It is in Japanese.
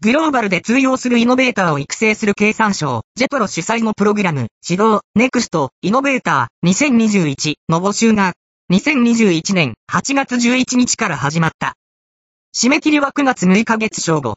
グローバルで通用するイノベーターを育成する経産省、ジェトロ主催のプログラム、指導、ネクスト、イノベーター2021の募集が、2021年8月11日から始まった。締め切りは9月6日月正午。